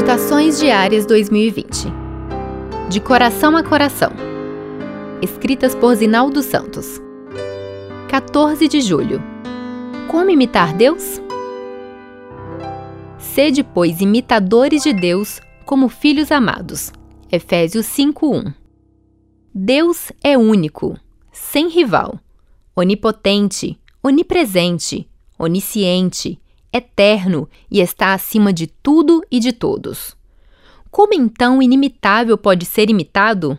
Meditações Diárias 2020. De Coração a Coração. Escritas por Zinaldo Santos. 14 de julho. Como imitar Deus? Sede, pois, imitadores de Deus como filhos amados. Efésios 5:1. Deus é único, sem rival, onipotente, onipresente, onisciente, eterno e está acima de tudo e de todos. Como então o inimitável pode ser imitado?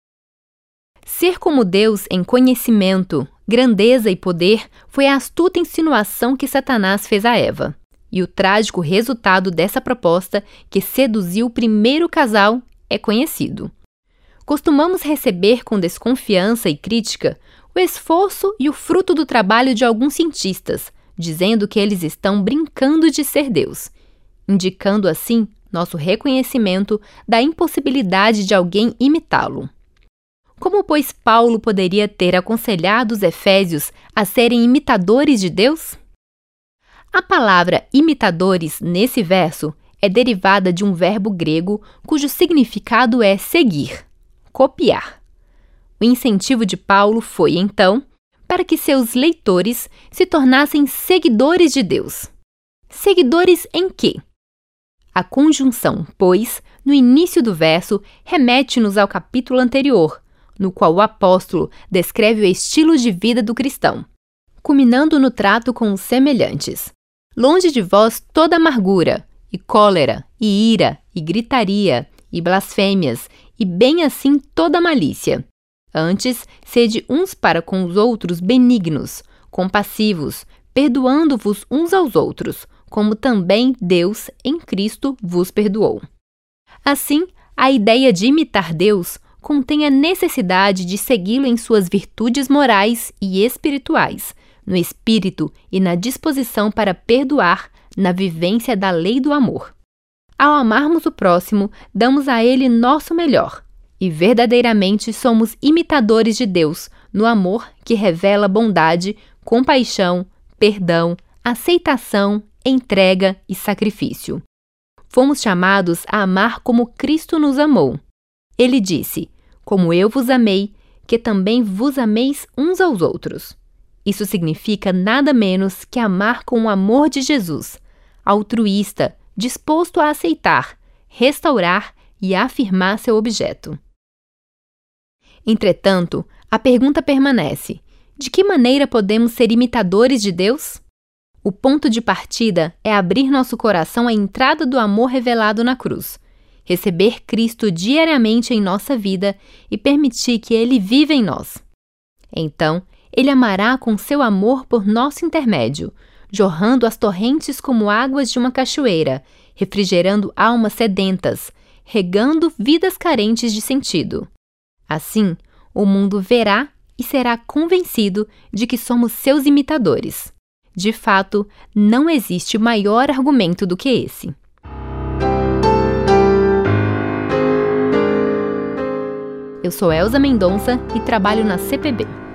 Ser como Deus em conhecimento, grandeza e poder foi a astuta insinuação que Satanás fez a Eva, e o trágico resultado dessa proposta que seduziu o primeiro casal é conhecido. Costumamos receber com desconfiança e crítica o esforço e o fruto do trabalho de alguns cientistas, dizendo que eles estão brincando de ser Deus, indicando assim nosso reconhecimento da impossibilidade de alguém imitá-lo. Como, pois, Paulo poderia ter aconselhado os efésios a serem imitadores de Deus? A palavra imitadores, nesse verso, é derivada de um verbo grego cujo significado é seguir, copiar. O incentivo de Paulo foi, então, para que seus leitores se tornassem seguidores de Deus. Seguidores em quê? A conjunção, pois, no início do verso, remete-nos ao capítulo anterior, no qual o apóstolo descreve o estilo de vida do cristão, culminando no trato com os semelhantes. Longe de vós toda amargura, e cólera, e ira, e gritaria, e blasfêmias, e bem assim toda malícia. Antes, sede uns para com os outros benignos, compassivos, perdoando-vos uns aos outros, como também Deus, em Cristo, vos perdoou. Assim, a ideia de imitar Deus contém a necessidade de segui-lo em suas virtudes morais e espirituais, no espírito e na disposição para perdoar, na vivência da lei do amor. Ao amarmos o próximo, damos a ele nosso melhor, e verdadeiramente somos imitadores de Deus no amor que revela bondade, compaixão, perdão, aceitação, entrega e sacrifício. Fomos chamados a amar como Cristo nos amou. Ele disse: como eu vos amei, que também vos ameis uns aos outros. Isso significa nada menos que amar com o amor de Jesus, altruísta, disposto a aceitar, restaurar e afirmar seu objeto. Entretanto, a pergunta permanece: de que maneira podemos ser imitadores de Deus? O ponto de partida é abrir nosso coração à entrada do amor revelado na cruz, receber Cristo diariamente em nossa vida e permitir que Ele viva em nós. Então, Ele amará com seu amor por nosso intermédio, jorrando as torrentes como águas de uma cachoeira, refrigerando almas sedentas, regando vidas carentes de sentido. Assim, o mundo verá e será convencido de que somos seus imitadores. De fato, não existe maior argumento do que esse. Eu sou Elza Mendonça e trabalho na CPB.